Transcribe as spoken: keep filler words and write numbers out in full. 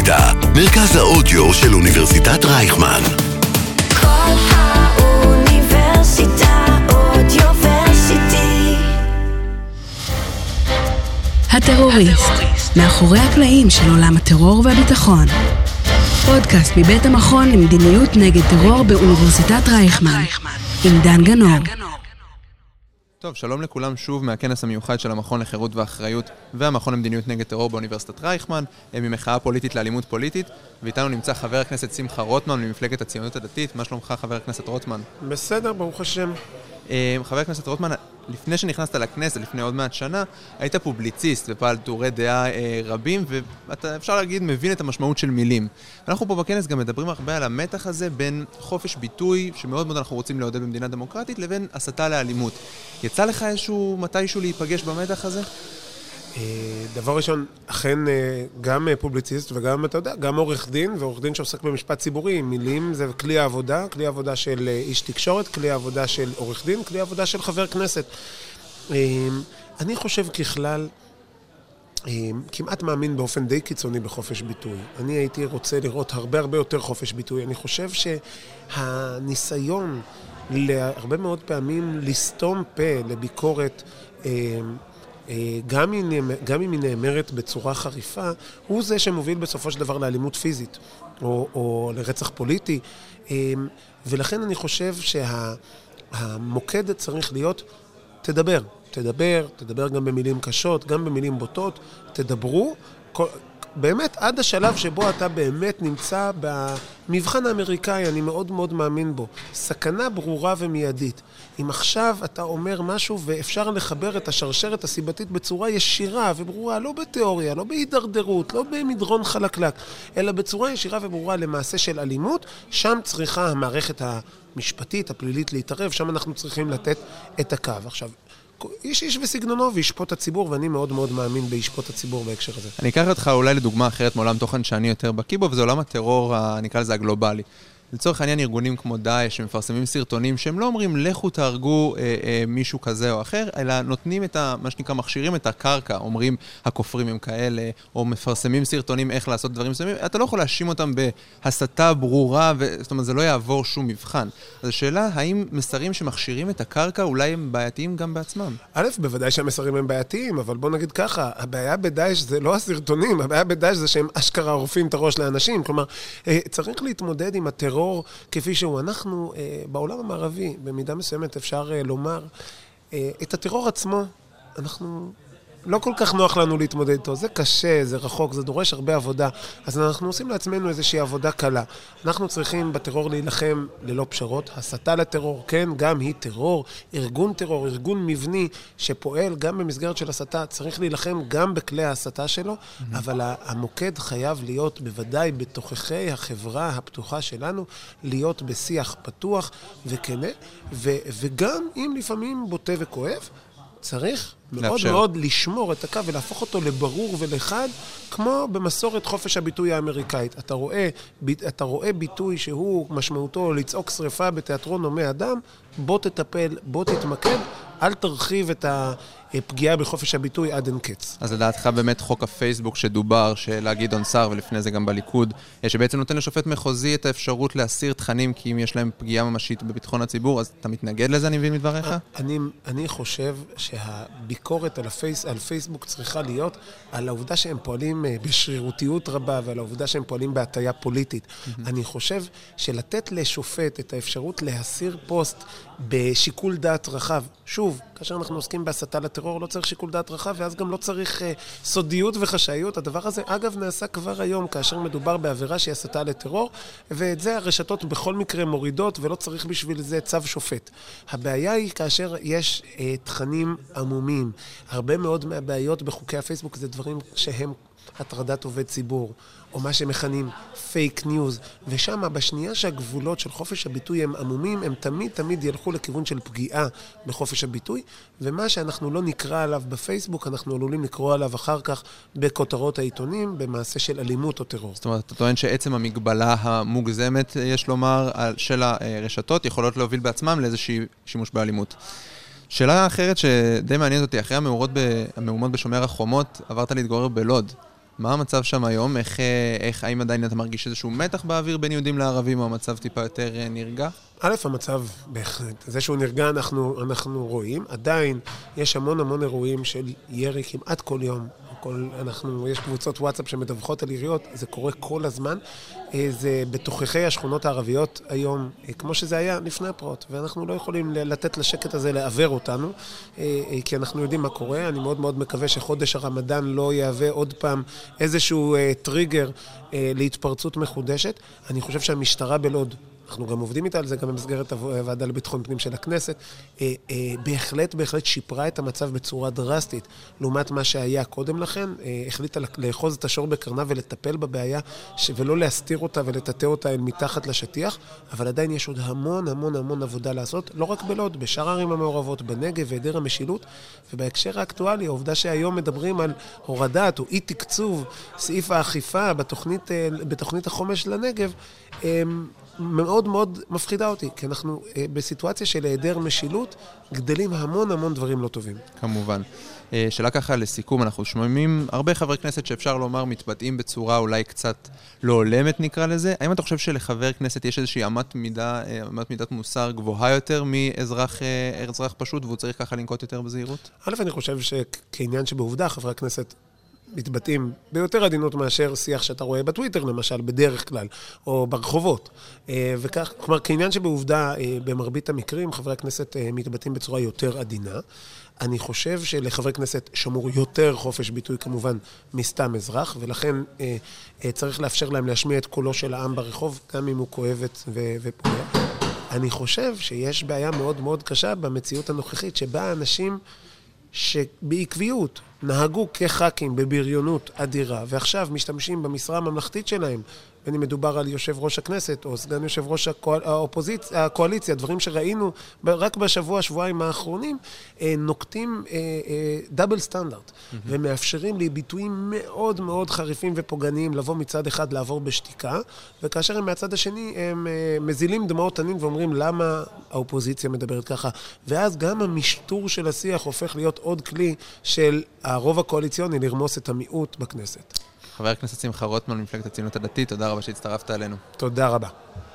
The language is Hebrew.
אוניברסיטה, מרכז האודיו של אוניברסיטת רייכמן. כל האוניברסיטה אודיוורסיטי. הטרוריסט, מאחורי הקלעים של עולם הטרור והביטחון. פודקאסט מבית המכון למדיניות נגד טרור באוניברסיטת רייכמן, עם דן גנור. טוב, שלום לכולם שוב מהכנס המיוחד של המכון לחירות ואחריות והמכון למדיניות נגד טרור באוניברסיטת רייכמן, ממחאה פוליטית לאלימות פוליטית, ואיתנו נמצא חבר הכנסת שמחה רוטמן ממפלגת הציונות הדתית. מה שלומך, חבר הכנסת רוטמן? בסדר, ברוך השם. חבר הכנסת רוטמן, לפני שנכנסת לכנסת, לפני עוד מעט שנה, היית פובליציסט ופעל טורי דעה רבים, ואתה אפשר להגיד מבין את המשמעות של מילים. אנחנו פה בכנס גם מדברים הרבה על המתח הזה בין חופש ביטוי, שמאוד מאוד אנחנו רוצים לעודד במדינה דמוקרטית, לבין הסתה לאלימות. יצא לך איזשהו מתישהו להיפגש במתח הזה? דבר ראשון, אכן גם פובליציסט וגם, אתה יודע, גם עורך דין, ועורך דין שעוסק במשפט ציבורי. מילים זה כלי העבודה, כלי העבודה של איש תקשורת, כלי העבודה של עורך דין, כלי העבודה של חבר כנסת. אני חושב ככלל, כמעט מאמין באופן די קיצוני בחופש ביטוי. אני הייתי רוצה לראות הרבה הרבה יותר חופש ביטוי. אני חושב שהניסיון להרבה מאוד פעמים לסתום פה לביקורת, גם אם, גם אם היא נאמרת בצורה חריפה, הוא זה שמוביל בסופו של דבר לאלימות פיזית או, או לרצח פוליטי. ולכן אני חושב שהמוקד צריך להיות תדבר, תדבר, תדבר גם במילים קשות, גם במילים בוטות, תדברו. כל, באמת, עד השלב שבו אתה באמת נמצא במבחן האמריקאי, אני מאוד מאוד מאמין בו. סכנה ברורה ומיידית. אם עכשיו אתה אומר משהו ואפשר לחבר את השרשרת הסיבתית בצורה ישירה וברורה, לא בתיאוריה, לא בהידרדרות, לא במדרון חלקלק, אלא בצורה ישירה וברורה למעשה של אלימות, שם צריכה המערכת המשפטית, הפלילית להתערב, שם אנחנו צריכים לתת את הקו. עכשיו, איש איש וסגנונו וישפוט הציבור, ואני מאוד מאוד מאמין בישפוט הציבור בהקשר הזה. אני אקח אותך אולי לדוגמה אחרת מעולם תוכן שאני יותר בקיא בו, וזה עולם הטרור, נקרא לזה הגלובלי. לצורך העניין ארגונים כמו דאעש שמפרסמים סרטונים שהם לא אומרים לכו תהרגו אה, אה, מישהו כזה או אחר, אלא נותנים את ה, מה שנקרא מכשירים את הקרקע, אומרים הכופרים הם כאלה, או מפרסמים סרטונים איך לעשות דברים מסוימים. אתה לא יכול להאשים אותם בהסתה ברורה, ו... זאת אומרת זה לא יעבור שום מבחן. אז השאלה, האם מסרים שמכשירים את הקרקע אולי הם בעייתיים גם בעצמם? א', בוודאי שהמסרים הם בעייתיים, אבל בוא נגיד ככה, הבעיה בדאעש זה לא הסרטונים, הבעיה בדאעש זה שהם אשכרה עורפים את הראש לאנשים. כלומר, צריך להתמודד עם הטרור כפי שהוא. אנחנו אה, בעולם המערבי, במידה מסוימת אפשר אה, לומר, אה, את הטרור עצמו, אנחנו לא כל כך נוח לנו להתמודד איתו. זה קשה, זה רחוק, זה דורש הרבה עבודה. אז אנחנו עושים לעצמנו איזושהי עבודה קלה. אנחנו צריכים בטרור להילחם ללא פשרות. הסתה לטרור, כן, גם היא טרור. ארגון טרור, ארגון מבני שפועל גם במסגרת של הסתה, צריך להילחם גם בכלי ההסתה שלו, mm-hmm. אבל המוקד חייב להיות בוודאי בתוככי החברה הפתוחה שלנו, להיות בשיח פתוח וכנה, ו- וגם אם לפעמים בוטה וכואב, צריך מאוד לאפשר. מאוד לשמור את הקו ולהפוך אותו לברור ולחד, כמו במסורת חופש הביטוי האמריקאית. אתה רואה, אתה רואה ביטוי שהוא משמעותו לצעוק שריפה בתיאטרון הומי אדם, בוא תטפל, בוא תתמקד, אל תרחיב את הפגיעה בחופש הביטוי עד אין קץ. אז לדעתך באמת חוק הפייסבוק שדובר, של גדעון סער ולפני זה גם בליכוד, שבעצם נותן לשופט מחוזי את האפשרות להסיר תכנים, כי אם יש להם פגיעה ממשית בביטחון הציבור, אז אתה מתנגד לזה, אני מבין מדבריך? אני, אני חושב שהביקורת על, הפייס, על פייסבוק צריכה להיות על העובדה שהם פועלים בשרירותיות רבה, ועל העובדה שהם פועלים בהטיה פוליטית. אני חושב שלתת לשופט את האפשרות להסיר פוסט בשיקול דעת רחב, שוב, כאשר אנחנו עוסקים בהסתה לטרור, לא צריך שיקול דעת רחב, ואז גם לא צריך uh, סודיות וחשאיות. הדבר הזה, אגב, נעשה כבר היום, כאשר מדובר בעבירה שהיא הסתה לטרור, ואת זה הרשתות בכל מקרה מורידות, ולא צריך בשביל זה צו שופט. הבעיה היא כאשר יש uh, תכנים עמומים. הרבה מאוד מהבעיות בחוקי הפייסבוק זה דברים שהם הטרדת עובד ציבור, או מה שמכנים פייק ניוז, ושם בשנייה שהגבולות של חופש הביטוי הם עמומים, הם תמיד תמיד ילכו לכיוון של פגיעה בחופש הביטוי, ומה שאנחנו לא נקרא עליו בפייסבוק, אנחנו עלולים לקרוא עליו אחר כך בכותרות העיתונים, במעשה של אלימות או טרור. זאת אומרת, אתה טוען שעצם המגבלה המוגזמת, יש לומר, של הרשתות, יכולות להוביל בעצמם לאיזושהי שימוש באלימות. שאלה אחרת שדי מעניינת אותי, אחרי המהומות בשומר החומות, עברת להתגורר בלוד. מה המצב שם היום? איך, איך, האם עדיין אתה מרגיש איזשהו מתח באוויר בין יהודים לערבים, או המצב טיפה יותר נרגע? א', המצב בהחלט, זה שהוא נרגע אנחנו, אנחנו רואים, עדיין יש המון המון אירועים של ירי כמעט כל יום, כל, אנחנו, יש קבוצות וואטסאפ שמדווחות על יריות, זה קורה כל הזמן, זה בתוככי השכונות הערביות היום, כמו שזה היה לפני הפרעות, ואנחנו לא יכולים לתת לשקט הזה לעבר אותנו, כי אנחנו יודעים מה קורה, אני מאוד מאוד מקווה שחודש הרמדאן לא יהווה עוד פעם איזשהו טריגר להתפרצות מחודשת, אני חושב שהמשטרה בלוד, אנחנו גם עובדים איתה על זה, גם במסגרת הוועדה לביטחון פנים של הכנסת, אה, אה, בהחלט, בהחלט שיפרה את המצב בצורה דרסטית, לעומת מה שהיה קודם לכן, אה, החליטה לאחוז את השור בקרנה ולטפל בבעיה, ש... ולא להסתיר אותה ולטאטא אותה אל מתחת לשטיח, אבל עדיין יש עוד המון המון המון עבודה לעשות, לא רק בלוד, בשאר הערים המעורבות, בנגב והיעדר המשילות, ובהקשר האקטואלי, העובדה שהיום מדברים על הורדת או אי תקצוב סעיף האכיפה בתוכנית, אה, בתוכנית החומש לנגב, אה, מאוד מאוד מפחידה אותי, כי אנחנו אה, בסיטואציה של היעדר משילות, גדלים המון המון דברים לא טובים. כמובן. אה, שאלה ככה לסיכום, אנחנו שומעים הרבה חברי כנסת שאפשר לומר מתבטאים בצורה אולי קצת לא הולמת נקרא לזה. האם אתה חושב שלחבר כנסת יש איזושהי אמת מידה, אה, אמת מידת מוסר גבוהה יותר מאזרח אה, אזרח פשוט, והוא צריך ככה לנקוט יותר בזהירות? א', אני חושב שכעניין שבעובדה, חברי הכנסת מתבטאים ביותר עדינות מאשר שיח שאתה רואה בטוויטר למשל, בדרך כלל, או ברחובות. וכך, כלומר, כעניין שבעובדה, במרבית המקרים, חברי הכנסת מתבטאים בצורה יותר עדינה. אני חושב שלחברי כנסת שמור יותר חופש ביטוי כמובן מסתם אזרח, ולכן צריך לאפשר להם להשמיע את קולו של העם ברחוב, גם אם הוא כואבת ופוגע. אני חושב שיש בעיה מאוד מאוד קשה במציאות הנוכחית, שבה אנשים שבעקביות נהגו כח"כים בבריונות אדירה, ועכשיו משתמשים במשרה הממלכתית שלהם, בין אם מדובר על יושב ראש הכנסת או סגן יושב ראש האופוזיציה, הקואליציה, דברים שראינו רק בשבוע, שבועיים האחרונים, נוקטים דאבל סטנדרט, ומאפשרים לי ביטויים מאוד מאוד חריפים ופוגעניים לבוא מצד אחד לעבור בשתיקה, וכאשר הם מהצד השני הם מזילים דמעות תנין ואומרים למה האופוזיציה מדברת ככה, ואז גם המשטור של השיח הופך להיות עוד כלי של הרוב הקואליציוני לרמוס את המיעוט בכנסת. חבר הכנסת שמחה רוטמן, מפלגת הציונות הדתית, תודה רבה שהצטרפת אלינו. תודה רבה.